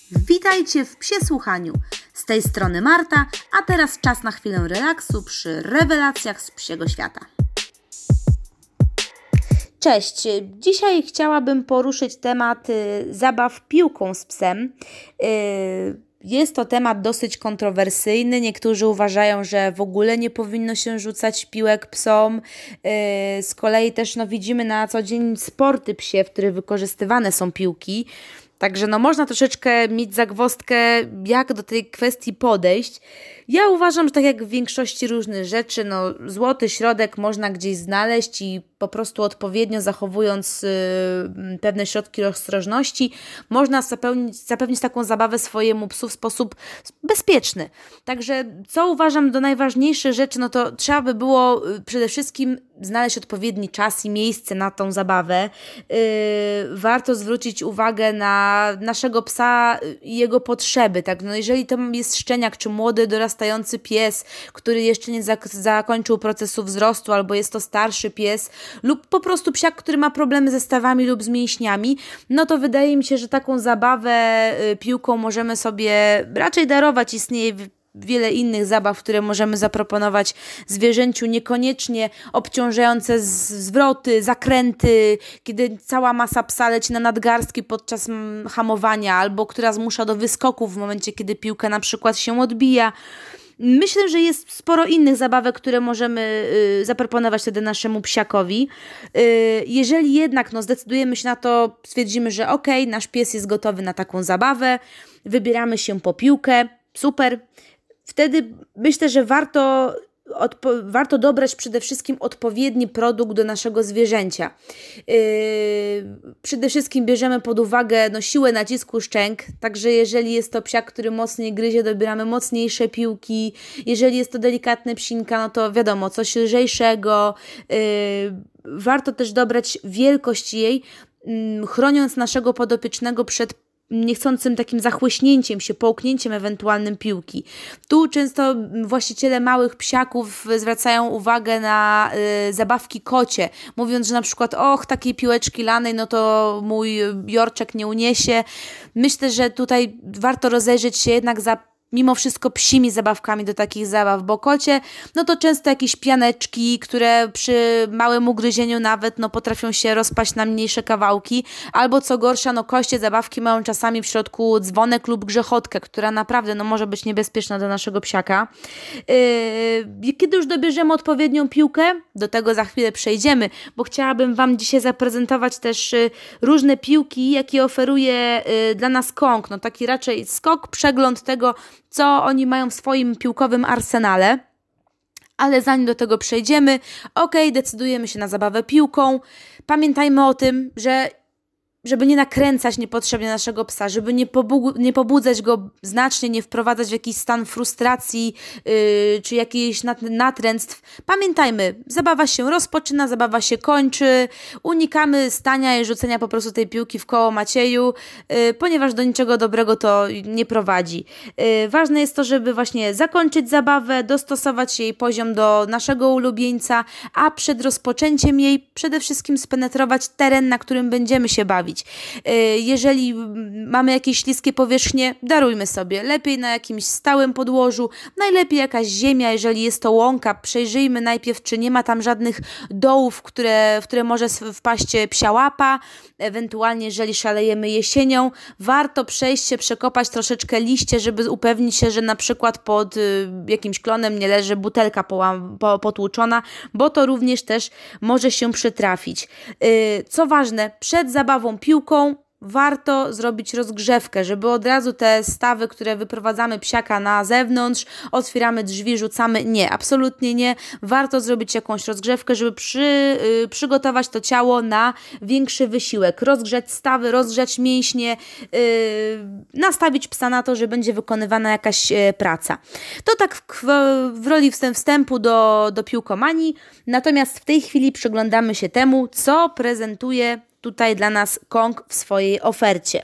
Witajcie w Psie Słuchaniu. Z tej strony Marta, a teraz czas na chwilę relaksu przy rewelacjach z psiego świata. Cześć, dzisiaj chciałabym poruszyć temat zabaw piłką z psem. Jest to temat dosyć kontrowersyjny. Niektórzy uważają, że w ogóle nie powinno się rzucać piłek psom. Z kolei też widzimy na co dzień sporty psie, w których wykorzystywane są piłki. Także można troszeczkę mieć zagwozdkę, jak do tej kwestii podejść. Ja uważam, że tak jak w większości różnych rzeczy, złoty środek można gdzieś znaleźć i po prostu odpowiednio zachowując pewne środki ostrożności, można zapewnić taką zabawę swojemu psu w sposób bezpieczny. Także co uważam do najważniejszych rzeczy, to trzeba by było przede wszystkim znaleźć odpowiedni czas i miejsce na tą zabawę. Warto zwrócić uwagę na naszego psa i jego potrzeby. Tak? Jeżeli to jest szczeniak czy młody, dorastający pies, który jeszcze nie zakończył procesu wzrostu, albo jest to starszy pies, lub po prostu psiak, który ma problemy ze stawami lub z mięśniami, to wydaje mi się, że taką zabawę piłką możemy sobie raczej darować. Istnieje wiele innych zabaw, które możemy zaproponować zwierzęciu, niekoniecznie obciążające zwroty, zakręty, kiedy cała masa psa leci na nadgarstki podczas hamowania, albo która zmusza do wyskoków w momencie, kiedy piłka na przykład się odbija. Myślę, że jest sporo innych zabawek, które możemy zaproponować wtedy naszemu psiakowi. Jeżeli jednak zdecydujemy się na to, stwierdzimy, że nasz pies jest gotowy na taką zabawę, wybieramy się po piłkę, super. Wtedy myślę, że warto dobrać przede wszystkim odpowiedni produkt do naszego zwierzęcia. Przede wszystkim bierzemy pod uwagę siłę nacisku szczęk, także jeżeli jest to psiak, który mocniej gryzie, dobieramy mocniejsze piłki. Jeżeli jest to delikatna psinka, to wiadomo, coś lżejszego. Warto też dobrać wielkość jej, chroniąc naszego podopiecznego przed niechcącym takim zachłyśnięciem się, połknięciem ewentualnym piłki. Tu często właściciele małych psiaków zwracają uwagę na zabawki kocie, mówiąc, że na przykład takiej piłeczki lanej, to mój Yorczek nie uniesie. Myślę, że tutaj warto rozejrzeć się jednak za mimo wszystko psimi zabawkami do takich zabaw, bo kocie, to często jakieś pianeczki, które przy małym ugryzieniu nawet, potrafią się rozpaść na mniejsze kawałki, albo co gorsza, koście zabawki mają czasami w środku dzwonek lub grzechotkę, która naprawdę, może być niebezpieczna dla naszego psiaka. Kiedy już dobierzemy odpowiednią piłkę, do tego za chwilę przejdziemy, bo chciałabym Wam dzisiaj zaprezentować też różne piłki, jakie oferuje dla nas Kong, taki raczej skok, przegląd tego, co oni mają w swoim piłkowym arsenale. Ale zanim do tego przejdziemy, decydujemy się na zabawę piłką. Pamiętajmy o tym, żeby nie nakręcać niepotrzebnie naszego psa, żeby nie pobudzać go znacznie, nie wprowadzać w jakiś stan frustracji czy jakichś natręctw. Pamiętajmy, zabawa się rozpoczyna, zabawa się kończy, unikamy stania i rzucenia po prostu tej piłki w koło Macieju, ponieważ do niczego dobrego to nie prowadzi. Ważne jest to, żeby właśnie zakończyć zabawę, dostosować jej poziom do naszego ulubieńca, a przed rozpoczęciem jej przede wszystkim spenetrować teren, na którym będziemy się bawić. Jeżeli mamy jakieś śliskie powierzchnie, darujmy sobie. Lepiej na jakimś stałym podłożu, najlepiej jakaś ziemia, jeżeli jest to łąka, przejrzyjmy najpierw, czy nie ma tam żadnych dołów, w które może wpaść psia łapa. Ewentualnie, jeżeli szalejemy jesienią, warto przejść się, przekopać troszeczkę liście, żeby upewnić się, że na przykład pod jakimś klonem nie leży butelka potłuczona, bo to również też może się przytrafić. Co ważne, przed zabawą piłką warto zrobić rozgrzewkę, żeby od razu te stawy, które wyprowadzamy psiaka na zewnątrz, otwieramy drzwi, rzucamy. Nie, absolutnie nie. Warto zrobić jakąś rozgrzewkę, żeby przygotować to ciało na większy wysiłek. Rozgrzać stawy, rozgrzać mięśnie, nastawić psa na to, że będzie wykonywana jakaś praca. To tak w roli wstępu do piłkomanii. Natomiast w tej chwili przyglądamy się temu, co prezentuje tutaj dla nas Kong w swojej ofercie.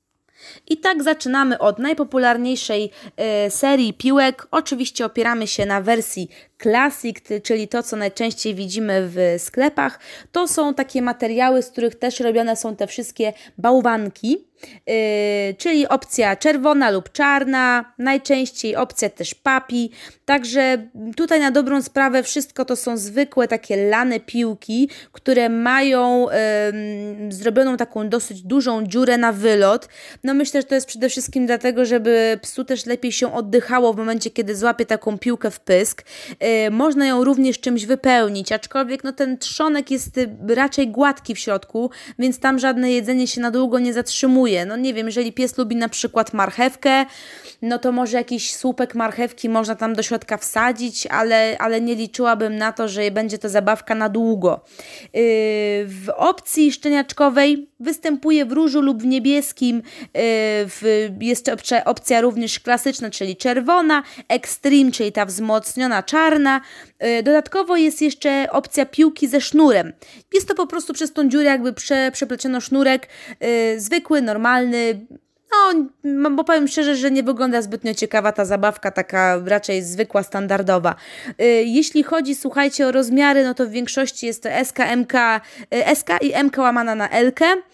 I tak zaczynamy od najpopularniejszej serii piłek. Oczywiście opieramy się na wersji Classic, czyli to, co najczęściej widzimy w sklepach. To są takie materiały, z których też robione są te wszystkie bałwanki. czyli opcja czerwona lub czarna, najczęściej opcja też papi, także tutaj na dobrą sprawę wszystko to są zwykłe takie lane piłki, które mają zrobioną taką dosyć dużą dziurę na wylot. No myślę, że to jest przede wszystkim dlatego, żeby psu też lepiej się oddychało w momencie, kiedy złapie taką piłkę w pysk. Można ją również czymś wypełnić, aczkolwiek no ten trzonek jest raczej gładki w środku, więc tam żadne jedzenie się na długo nie zatrzymuje. No nie wiem, jeżeli pies lubi na przykład marchewkę, no to może jakiś słupek marchewki można tam do środka wsadzić, ale nie liczyłabym na to, że będzie to zabawka na długo. W opcji szczeniaczkowej występuje w różu lub w niebieskim, jest opcja również klasyczna, czyli czerwona, extreme, czyli ta wzmocniona czarna. Dodatkowo jest jeszcze opcja piłki ze sznurem. Jest to po prostu przez tą dziurę jakby przepleciono sznurek, zwykły, normalny. No, bo powiem szczerze, że nie wygląda zbytnio ciekawa ta zabawka, taka raczej zwykła, standardowa. Jeśli chodzi, słuchajcie, o rozmiary, no to w większości jest to SK, MK, SK i MK łamana na L.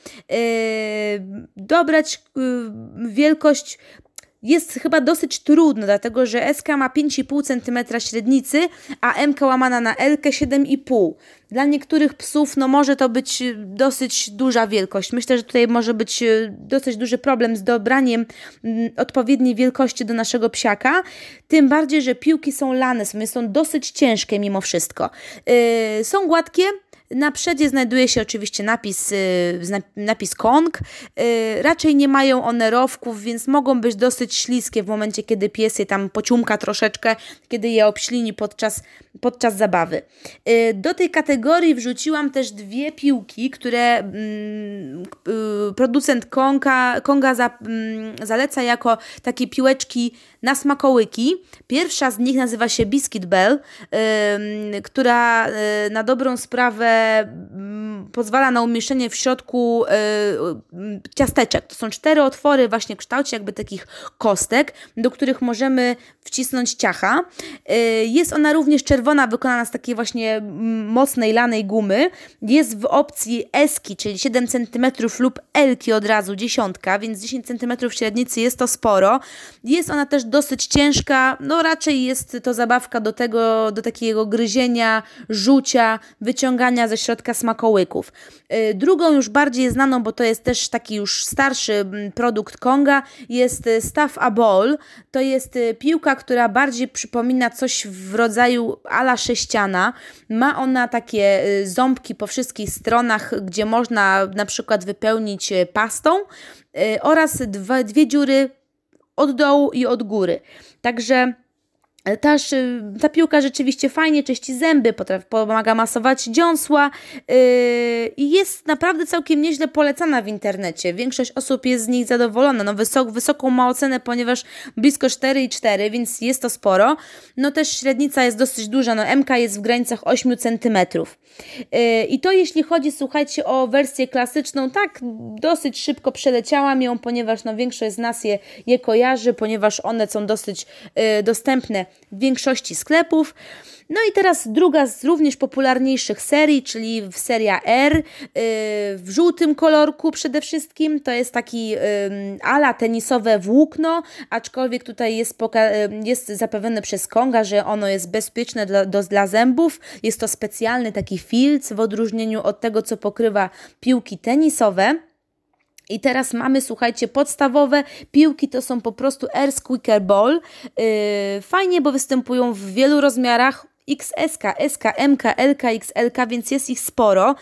Dobrać wielkość jest chyba dosyć trudno, dlatego że SK ma 5,5 cm średnicy, a MK łamana na L 7,5. Dla niektórych psów no może to być dosyć duża wielkość. Myślę, że tutaj może być dosyć duży problem z dobraniem odpowiedniej wielkości do naszego psiaka. Tym bardziej, że piłki są lane, są dosyć ciężkie mimo wszystko. Są gładkie. Na przedzie znajduje się oczywiście napis Kong. Raczej nie mają one rowków, więc mogą być dosyć śliskie w momencie, kiedy pies je tam pociumka troszeczkę, kiedy je obślini podczas zabawy. Do tej kategorii wrzuciłam też dwie piłki, które producent Konga zaleca jako takie piłeczki na smakołyki. Pierwsza z nich nazywa się Biscuit Bell, która na dobrą sprawę pozwala na umieszczenie w środku ciasteczek. To są 4 otwory właśnie w kształcie jakby takich kostek, do których możemy wcisnąć ciacha. Jest ona również czerwona, wykonana z takiej właśnie mocnej, lanej gumy. Jest w opcji S-ki, czyli 7 cm lub L-ki od razu 10, więc 10 cm średnicy jest to sporo. Jest ona też dosyć ciężka, no raczej jest to zabawka do takiego gryzienia, rzucia, wyciągania ze środka smakołyków. Drugą już bardziej znaną, bo to jest też taki już starszy produkt Konga, jest Stuff a Ball. To jest piłka, która bardziej przypomina coś w rodzaju a la sześciana. Ma ona takie ząbki po wszystkich stronach, gdzie można na przykład wypełnić pastą oraz dwie dziury od dołu i od góry. Także ta piłka rzeczywiście fajnie czyści zęby, pomaga masować dziąsła i jest naprawdę całkiem nieźle polecana w internecie. Większość osób jest z nich zadowolona. No wysoką ma ocenę, ponieważ blisko 4,4, więc jest to sporo. No też średnica jest dosyć duża, no MK jest w granicach 8 cm. I to jeśli chodzi, słuchajcie, o wersję klasyczną, tak dosyć szybko przeleciałam ją, ponieważ no większość z nas je kojarzy, ponieważ one są dosyć dostępne w większości sklepów. No i teraz druga z również popularniejszych serii, czyli seria R, w żółtym kolorku przede wszystkim. To jest taki ala tenisowe włókno, aczkolwiek tutaj jest zapewnione przez Konga, że ono jest bezpieczne dla zębów. Jest to specjalny taki filc w odróżnieniu od tego, co pokrywa piłki tenisowe. I teraz mamy, słuchajcie, podstawowe piłki to są po prostu Air Squeaker Ball. Fajnie, bo występują w wielu rozmiarach. XS, SK, MK, LK, XL, więc jest ich sporo.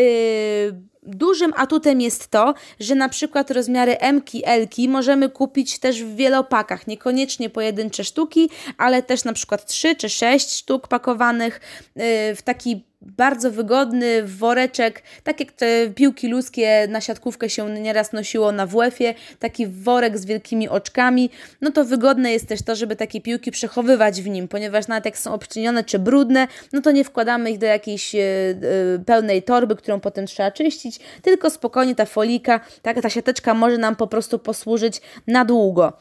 Dużym atutem jest to, że na przykład rozmiary M-ki, L-ki możemy kupić też w wielopakach, niekoniecznie pojedyncze sztuki, ale też na przykład 3 czy 6 sztuk pakowanych w taki bardzo wygodny woreczek, tak jak te piłki ludzkie na siatkówkę się nieraz nosiło na WF-ie, taki worek z wielkimi oczkami, no to wygodne jest też to, żeby takie piłki przechowywać w nim, ponieważ nawet jak są obczynione czy brudne, no to nie wkładamy ich do jakiejś pełnej torby, którą potem trzeba czyścić, tylko spokojnie ta folika, ta siateczka może nam po prostu posłużyć na długo.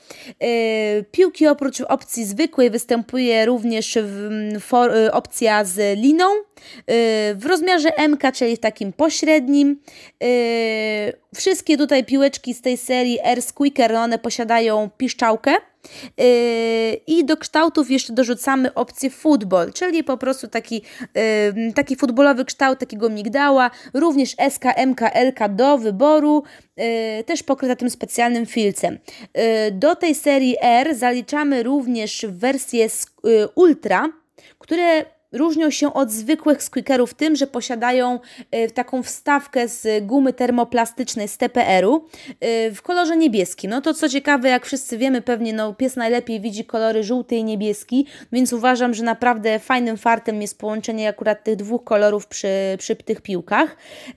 Piłki oprócz opcji zwykłej występuje również opcja z liną, w rozmiarze MK, czyli w takim pośrednim. Wszystkie tutaj piłeczki z tej serii Air Squeaker, one posiadają piszczałkę. I do kształtów jeszcze dorzucamy opcję football, czyli po prostu taki futbolowy kształt takiego migdała, również SK, MK, LK do wyboru, też pokryta tym specjalnym filcem. Do tej serii R zaliczamy również wersje Ultra, które różnią się od zwykłych squeakerów tym, że posiadają taką wstawkę z gumy termoplastycznej z TPR-u w kolorze niebieskim. No to co ciekawe, jak wszyscy wiemy, pewnie pies najlepiej widzi kolory żółty i niebieski, więc uważam, że naprawdę fajnym fartem jest połączenie akurat tych dwóch kolorów przy tych piłkach.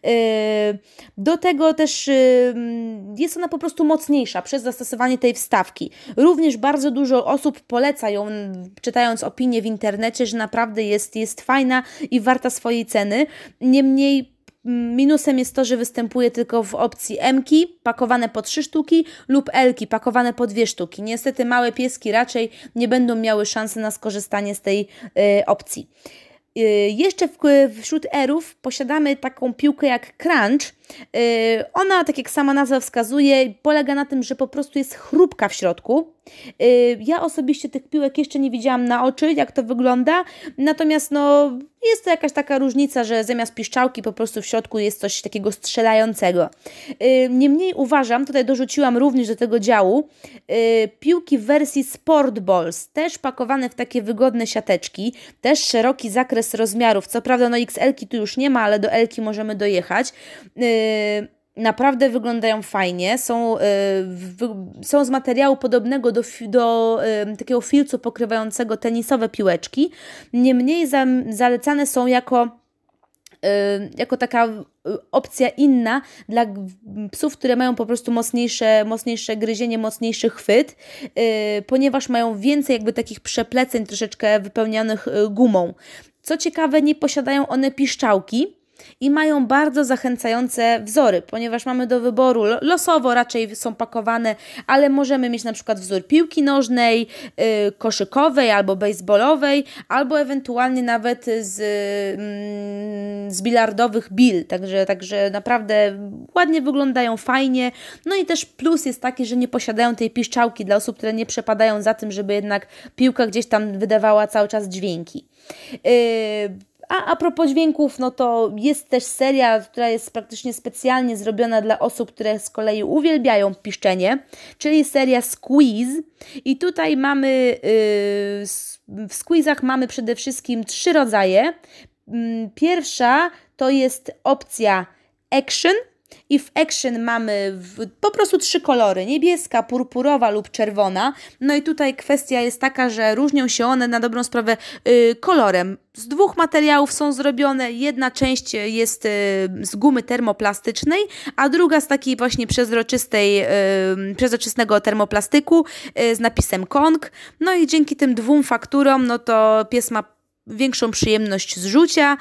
Do tego też jest ona po prostu mocniejsza przez zastosowanie tej wstawki. Również bardzo dużo osób poleca ją, czytając opinie w internecie, że naprawdę jest fajna i warta swojej ceny. Niemniej minusem jest to, że występuje tylko w opcji M-ki pakowane po 3 sztuki lub L-ki pakowane po 2 sztuki. Niestety małe pieski raczej nie będą miały szansy na skorzystanie z tej opcji. Jeszcze wśród R-ów posiadamy taką piłkę jak Crunch. Ona, tak jak sama nazwa wskazuje, polega na tym, że po prostu jest chrupka w środku. Ja osobiście tych piłek jeszcze nie widziałam na oczy, jak to wygląda, natomiast jest to jakaś taka różnica, że zamiast piszczałki po prostu w środku jest coś takiego strzelającego. Niemniej uważam, tutaj dorzuciłam również do tego działu piłki w wersji Sport Balls, też pakowane w takie wygodne siateczki, też szeroki zakres rozmiarów, co prawda XL-ki tu już nie ma, ale do L-ki możemy dojechać. Naprawdę wyglądają fajnie, są z materiału podobnego do takiego filcu pokrywającego tenisowe piłeczki, niemniej zalecane są jako taka opcja inna dla psów, które mają po prostu mocniejsze gryzienie, mocniejszy chwyt, ponieważ mają więcej jakby takich przepleceń troszeczkę wypełnionych gumą. Co ciekawe, nie posiadają one piszczałki i mają bardzo zachęcające wzory, ponieważ mamy do wyboru losowo raczej są pakowane, ale możemy mieć na przykład wzór piłki nożnej, koszykowej albo baseballowej, albo ewentualnie nawet z bilardowych bil, także naprawdę ładnie wyglądają, fajnie. No i też plus jest taki, że nie posiadają tej piszczałki dla osób, które nie przepadają za tym, żeby jednak piłka gdzieś tam wydawała cały czas dźwięki. A propos dźwięków, to jest też seria, która jest praktycznie specjalnie zrobiona dla osób, które z kolei uwielbiają piszczenie, czyli seria Squeeze. I tutaj mamy, w Squeezach mamy przede wszystkim 3 rodzaje. Pierwsza to jest opcja Action. I w Action mamy po prostu 3 kolory, niebieska, purpurowa lub czerwona. No i tutaj kwestia jest taka, że różnią się one na dobrą sprawę kolorem. Z 2 materiałów są zrobione, jedna część jest z gumy termoplastycznej, a druga z takiej właśnie przezroczystego termoplastyku z napisem Kong. No i dzięki tym 2 fakturom, to pies ma większą przyjemność z rzucia.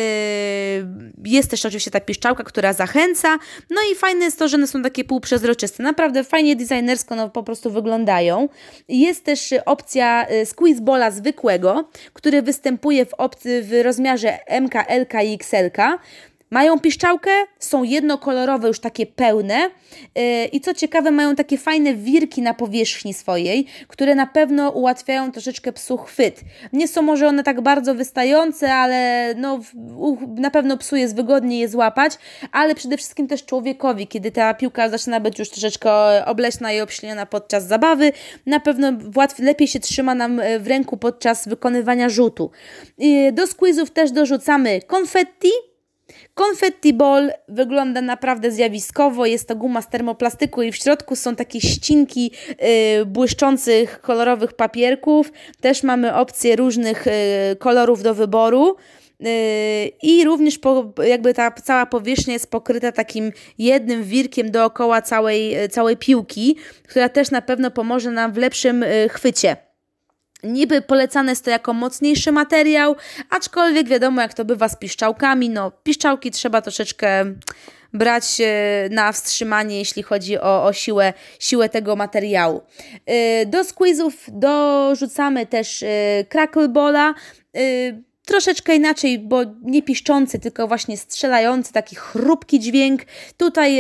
Jest też oczywiście ta piszczałka, która zachęca. No i fajne jest to, że one są takie półprzezroczyste. Naprawdę fajnie designersko po prostu wyglądają. Jest też opcja Squeeze Balla zwykłego, który występuje w rozmiarze MK, LK i XL. Mają piszczałkę, są jednokolorowe, już takie pełne i co ciekawe, mają takie fajne wirki na powierzchni swojej, które na pewno ułatwiają troszeczkę psu chwyt. Nie są może one tak bardzo wystające, ale na pewno psu jest wygodniej je złapać, ale przede wszystkim też człowiekowi, kiedy ta piłka zaczyna być już troszeczkę obleśna i obśliniona podczas zabawy, na pewno lepiej się trzyma nam w ręku podczas wykonywania rzutu. Do squeeze'ów też dorzucamy konfetti. Confetti Ball wygląda naprawdę zjawiskowo, jest to guma z termoplastyku i w środku są takie ścinki błyszczących, kolorowych papierków. Też mamy opcje różnych kolorów do wyboru. I również jakby ta cała powierzchnia jest pokryta takim jednym wirkiem dookoła całej piłki, która też na pewno pomoże nam w lepszym chwycie. Niby polecane jest to jako mocniejszy materiał, aczkolwiek wiadomo jak to bywa z piszczałkami, piszczałki trzeba troszeczkę brać na wstrzymanie, jeśli chodzi o siłę tego materiału. Do squeeze'ów dorzucamy też Crackle Balla. troszeczkę inaczej, bo nie piszczący, tylko właśnie strzelający, taki chrupki dźwięk. Tutaj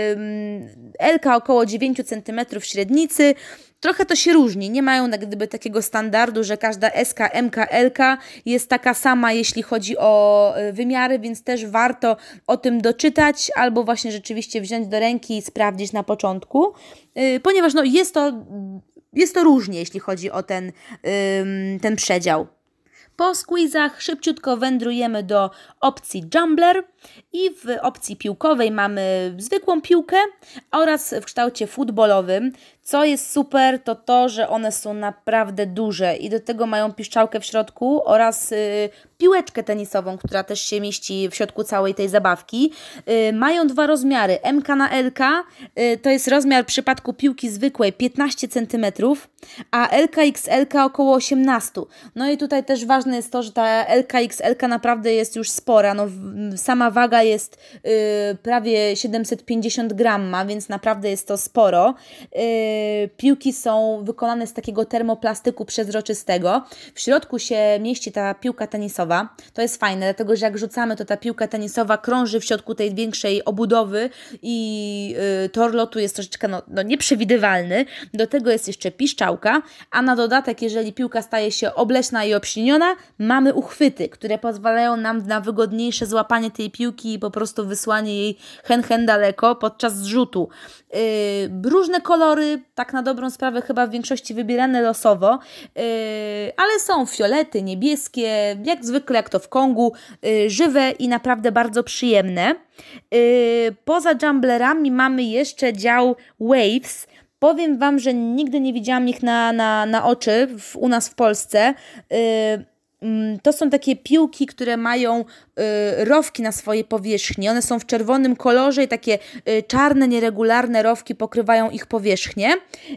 Elka około 9 cm średnicy. Trochę to się różni, nie mają jak gdyby takiego standardu, że każda SK, MK, LK jest taka sama, jeśli chodzi o wymiary, więc też warto o tym doczytać albo właśnie rzeczywiście wziąć do ręki i sprawdzić na początku, ponieważ no, jest to różnie, jeśli chodzi o ten przedział. Po squeezach szybciutko wędrujemy do opcji Jumbler i w opcji piłkowej mamy zwykłą piłkę oraz w kształcie futbolowym. Co jest super, to to, że one są naprawdę duże i do tego mają piszczałkę w środku oraz piłeczkę tenisową, która też się mieści w środku całej tej zabawki. Mają 2 rozmiary, MK na LK, to jest rozmiar w przypadku piłki zwykłej 15 cm, a LK XL około 18. No i tutaj też ważne jest to, że ta LK XL naprawdę jest już spora, no sama waga jest prawie 750 gram ma, więc naprawdę jest to sporo. Piłki są wykonane z takiego termoplastyku przezroczystego. W środku się mieści ta piłka tenisowa. To jest fajne, dlatego że jak rzucamy, to ta piłka tenisowa krąży w środku tej większej obudowy i tor lotu jest troszeczkę nieprzewidywalny. Do tego jest jeszcze piszczałka, a na dodatek, jeżeli piłka staje się obleśna i obśliniona, mamy uchwyty, które pozwalają nam na wygodniejsze złapanie tej piłki i po prostu wysłanie jej hen daleko podczas zrzutu. Różne kolory, tak na dobrą sprawę chyba w większości wybierane losowo, ale są fiolety, niebieskie, jak zwykle jak to w Kongu, żywe i naprawdę bardzo przyjemne. Poza jumblerami mamy jeszcze dział Waves. Powiem Wam, że nigdy nie widziałam ich na oczy u nas w Polsce. To są takie piłki, które mają rowki na swojej powierzchni. One są w czerwonym kolorze i takie czarne, nieregularne rowki pokrywają ich powierzchnię.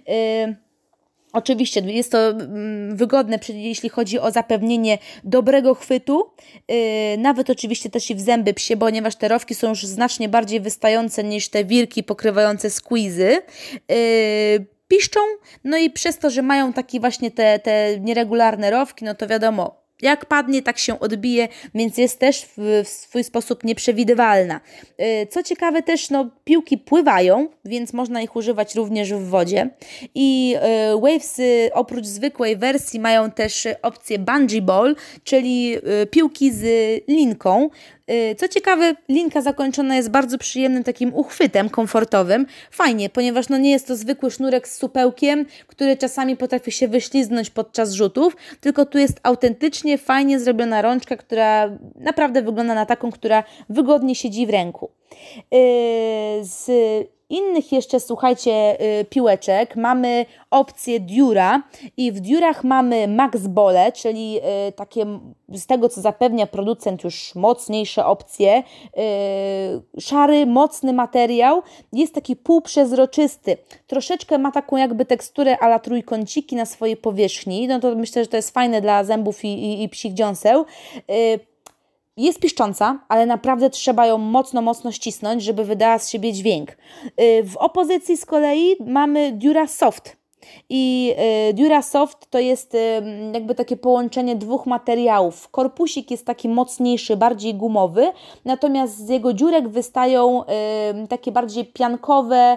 Oczywiście jest to wygodne, jeśli chodzi o zapewnienie dobrego chwytu, nawet oczywiście też i w zęby psie, ponieważ te rowki są już znacznie bardziej wystające niż te wirki pokrywające squeezy. Piszczą, no i przez to, że mają takie właśnie te nieregularne rowki, no to wiadomo, jak padnie, tak się odbije, więc jest też w swój sposób nieprzewidywalna. Co ciekawe też, piłki pływają, więc można ich używać również w wodzie. I Wavesy oprócz zwykłej wersji mają też opcję bungee ball, czyli piłki z linką. Co ciekawe, linka zakończona jest bardzo przyjemnym takim uchwytem komfortowym. Fajnie, ponieważ nie jest to zwykły sznurek z supełkiem, który czasami potrafi się wyśliznąć podczas rzutów, tylko tu jest autentycznie fajnie zrobiona rączka, która naprawdę wygląda na taką, która wygodnie siedzi w ręku. Z innych jeszcze, słuchajcie, piłeczek mamy opcję Dura i w Durach mamy Max Bole, czyli takie z tego, co zapewnia producent, już mocniejsze opcje. Szary, mocny materiał, jest taki półprzezroczysty. Troszeczkę ma taką jakby teksturę a la trójkąciki na swojej powierzchni. No to myślę, że to jest fajne dla zębów i psich dziąseł. Jest piszcząca, ale naprawdę trzeba ją mocno ścisnąć, żeby wydała z siebie dźwięk. W opozycji z kolei mamy Dura Soft. I Dura Soft to jest jakby takie połączenie 2 materiałów. Korpusik jest taki mocniejszy, bardziej gumowy, natomiast z jego dziurek wystają takie bardziej piankowe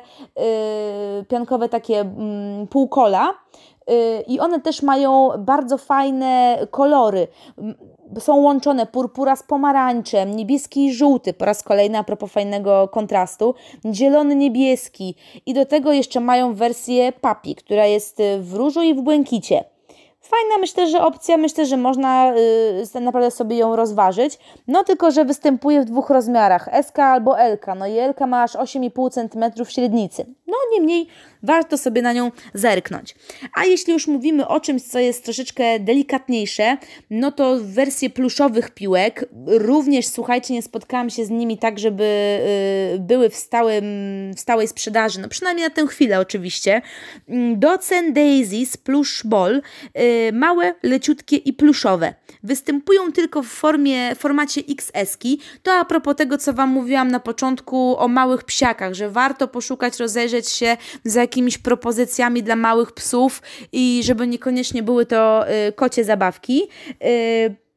takie półkola. I one też mają bardzo fajne kolory. Są łączone purpura z pomarańczem, niebieski i żółty, po raz kolejny a propos fajnego kontrastu, zielony, niebieski i do tego jeszcze mają wersję papi, która jest w różu i w błękicie. Fajna, myślę, że można naprawdę sobie ją rozważyć, tylko że występuje w 2 rozmiarach, SK albo LK, i LK ma aż 8,5 cm średnicy. Niemniej warto sobie na nią zerknąć. A jeśli już mówimy o czymś, co jest troszeczkę delikatniejsze, to wersje pluszowych piłek, również, słuchajcie, nie spotkałam się z nimi tak, żeby były w stałej sprzedaży, przynajmniej na tę chwilę oczywiście. Docen Daisies Plush Ball, małe, leciutkie i pluszowe. Występują tylko w formacie XS-ki. To a propos tego, co Wam mówiłam na początku o małych psiakach, że warto poszukać, rozejrzeć się za jakimiś propozycjami dla małych psów i żeby niekoniecznie były to kocie zabawki.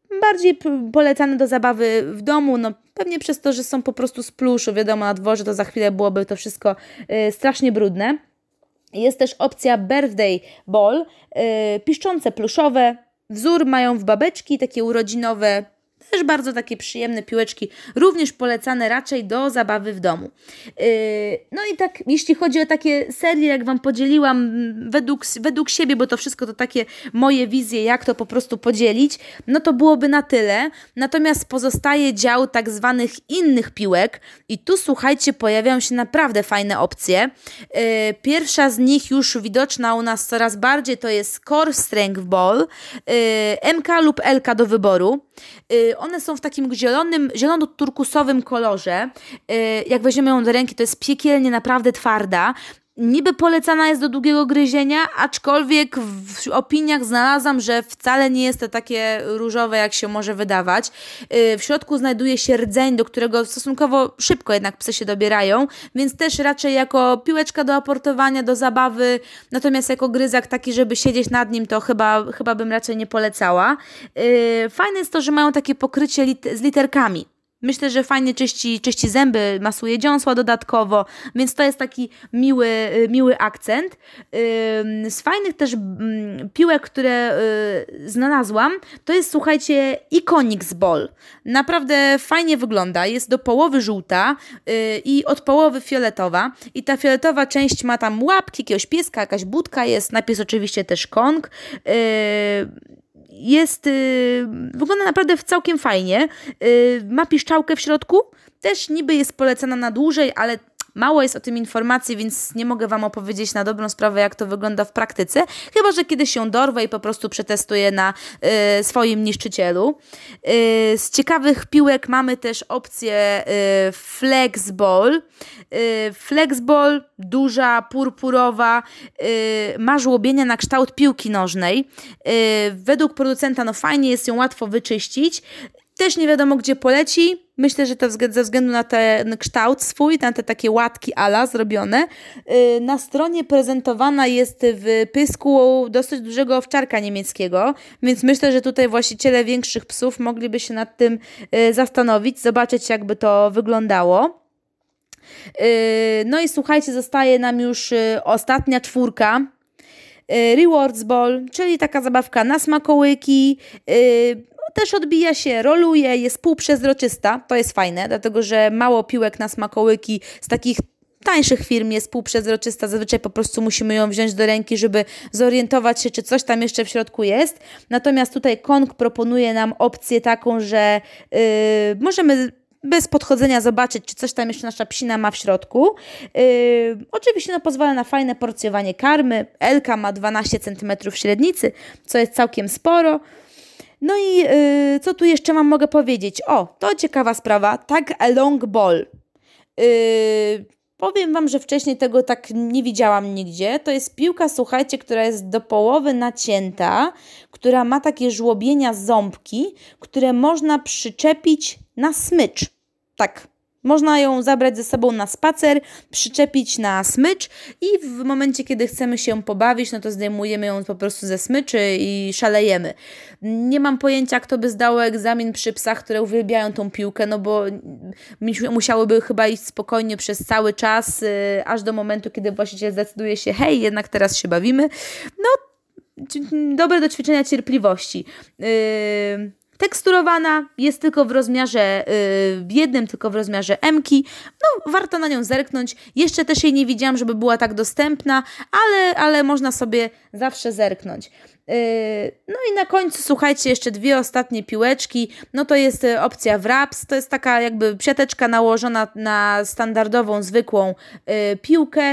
bardziej polecane do zabawy w domu, no pewnie przez to, że są po prostu z pluszu, wiadomo, na dworze to za chwilę byłoby to wszystko strasznie brudne. Jest też opcja Birthday Ball, piszczące pluszowe, wzór mają w babeczki, takie urodzinowe, też bardzo takie przyjemne piłeczki, również polecane raczej do zabawy w domu. No i tak, jeśli chodzi o takie serie, jak Wam podzieliłam według siebie, bo to wszystko to takie moje wizje, jak to po prostu podzielić, no to byłoby na tyle. Natomiast pozostaje dział tak zwanych innych piłek i tu, słuchajcie, pojawiają się naprawdę fajne opcje. Pierwsza z nich już widoczna u nas coraz bardziej to jest Core Strength Ball, MK lub LK do wyboru. One są w takim zielono-turkusowym kolorze. Jak weźmiemy ją do ręki, to jest piekielnie naprawdę twarda. Niby polecana jest do długiego gryzienia, aczkolwiek w opiniach znalazłam, że wcale nie jest to takie różowe, jak się może wydawać. W środku znajduje się rdzeń, do którego stosunkowo szybko jednak psy się dobierają, więc też raczej jako piłeczka do aportowania, do zabawy, natomiast jako gryzak taki, żeby siedzieć nad nim, to chyba bym raczej nie polecała. Fajne jest to, że mają takie pokrycie z literkami. Myślę, że fajnie czyści zęby, masuje dziąsła dodatkowo, więc to jest taki miły akcent. Z fajnych też piłek, które znalazłam, to jest, słuchajcie, Iconics Ball. Naprawdę fajnie wygląda, jest do połowy żółta i od połowy fioletowa i ta fioletowa część ma tam łapki, jakiegoś pieska, jakaś budka jest, napis oczywiście też Kong. Wygląda naprawdę całkiem fajnie. Ma piszczałkę w środku. Też niby jest polecana na dłużej, ale mało jest o tym informacji, więc nie mogę Wam opowiedzieć na dobrą sprawę, jak to wygląda w praktyce. Chyba że kiedyś się dorwę i po prostu przetestuję na swoim niszczycielu. Z ciekawych piłek mamy też opcję Flexball. Flexball, duża, purpurowa, ma żłobienia na kształt piłki nożnej. Według producenta no fajnie jest ją łatwo wyczyścić. Też nie wiadomo, gdzie poleci. Myślę, że to ze względu na ten kształt swój, na te takie łatki ala zrobione. Na stronie prezentowana jest w pysku dosyć dużego owczarka niemieckiego, więc myślę, że tutaj właściciele większych psów mogliby się nad tym zastanowić, zobaczyć, jakby to wyglądało. No i słuchajcie, zostaje nam już ostatnia czwórka. Rewards Ball, czyli taka zabawka na smakołyki. Też odbija się, roluje, jest półprzezroczysta. To jest fajne, dlatego że mało piłek na smakołyki z takich tańszych firm jest półprzezroczysta. Zazwyczaj po prostu musimy ją wziąć do ręki, żeby zorientować się, czy coś tam jeszcze w środku jest. Natomiast tutaj Kong proponuje nam opcję taką, że możemy bez podchodzenia zobaczyć, czy coś tam jeszcze nasza psina ma w środku. Oczywiście pozwala na fajne porcjowanie karmy. Elka ma 12 cm średnicy, co jest całkiem sporo. No i co tu jeszcze mogę powiedzieć? O, to ciekawa sprawa. Tag Along Ball. Powiem Wam, że wcześniej tego tak nie widziałam nigdzie. To jest piłka, słuchajcie, która jest do połowy nacięta, która ma takie żłobienia ząbki, które można przyczepić na smycz. Tak, można ją zabrać ze sobą na spacer, przyczepić na smycz i w momencie, kiedy chcemy się pobawić, no to zdejmujemy ją po prostu ze smyczy i szalejemy. Nie mam pojęcia, jak to by zdało egzamin przy psach, które uwielbiają tą piłkę, no bo musiałyby chyba iść spokojnie przez cały czas, aż do momentu, kiedy właściciel zdecyduje się, hej, jednak teraz się bawimy. No, dobre do ćwiczenia cierpliwości. Teksturowana, jest tylko w rozmiarze jednym, tylko w rozmiarze M-ki. No, warto na nią zerknąć. Jeszcze też jej nie widziałam, żeby była tak dostępna, ale można sobie zawsze zerknąć. No i na końcu, słuchajcie, jeszcze dwie ostatnie piłeczki. No to jest opcja Wraps. To jest taka jakby siateczka nałożona na standardową, zwykłą piłkę.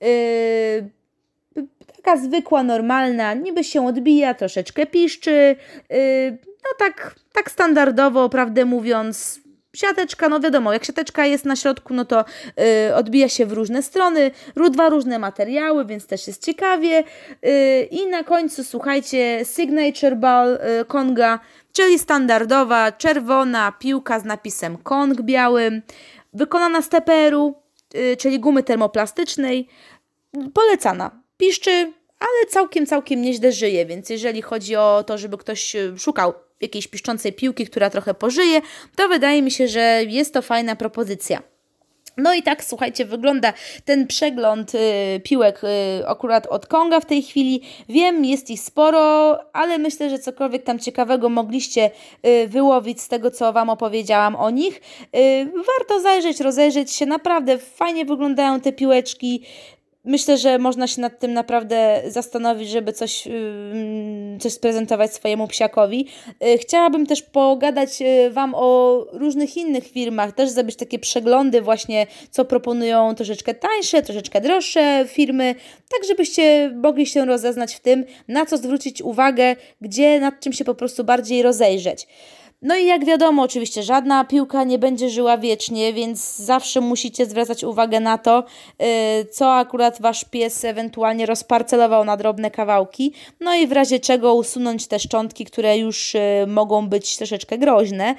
Taka zwykła, normalna, niby się odbija, troszeczkę piszczy. No tak standardowo, prawdę mówiąc, siateczka, no wiadomo, jak siateczka jest na środku, no to odbija się w różne strony, dwa różne materiały, więc też jest ciekawie. I na końcu, słuchajcie, Signature Ball Konga, czyli standardowa, czerwona piłka z napisem Kong białym, wykonana z TPR-u, czyli gumy termoplastycznej, polecana. Piszczy, ale całkiem nieźle żyje, więc jeżeli chodzi o to, żeby ktoś szukał jakiejś piszczącej piłki, która trochę pożyje, to wydaje mi się, że jest to fajna propozycja. No i tak, słuchajcie, wygląda ten przegląd piłek akurat od Konga w tej chwili. Wiem, jest ich sporo, ale myślę, że cokolwiek tam ciekawego mogliście wyłowić z tego, co Wam opowiedziałam o nich. Warto rozejrzeć się, naprawdę fajnie wyglądają te piłeczki. Myślę, że można się nad tym naprawdę zastanowić, żeby coś sprezentować swojemu psiakowi. Chciałabym też pogadać Wam o różnych innych firmach, też zrobić takie przeglądy właśnie, co proponują troszeczkę tańsze, troszeczkę droższe firmy, tak żebyście mogli się rozeznać w tym, na co zwrócić uwagę, nad czym się po prostu bardziej rozejrzeć. No i jak wiadomo, oczywiście żadna piłka nie będzie żyła wiecznie, więc zawsze musicie zwracać uwagę na to, co akurat Wasz pies ewentualnie rozparcelował na drobne kawałki, no i w razie czego usunąć te szczątki, które już mogą być troszeczkę groźne.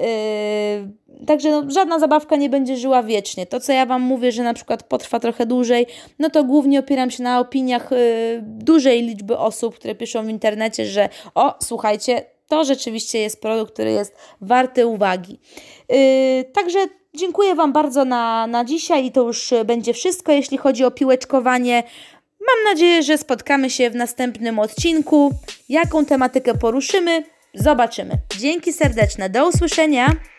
Także żadna zabawka nie będzie żyła wiecznie. To, co ja Wam mówię, że na przykład potrwa trochę dłużej, no to głównie opieram się na opiniach dużej liczby osób, które piszą w internecie, że słuchajcie, to rzeczywiście jest produkt, który jest warty uwagi. Także dziękuję Wam bardzo na dzisiaj i to już będzie wszystko, jeśli chodzi o piłeczkowanie. Mam nadzieję, że spotkamy się w następnym odcinku. Jaką tematykę poruszymy? Zobaczymy. Dzięki serdeczne. Do usłyszenia.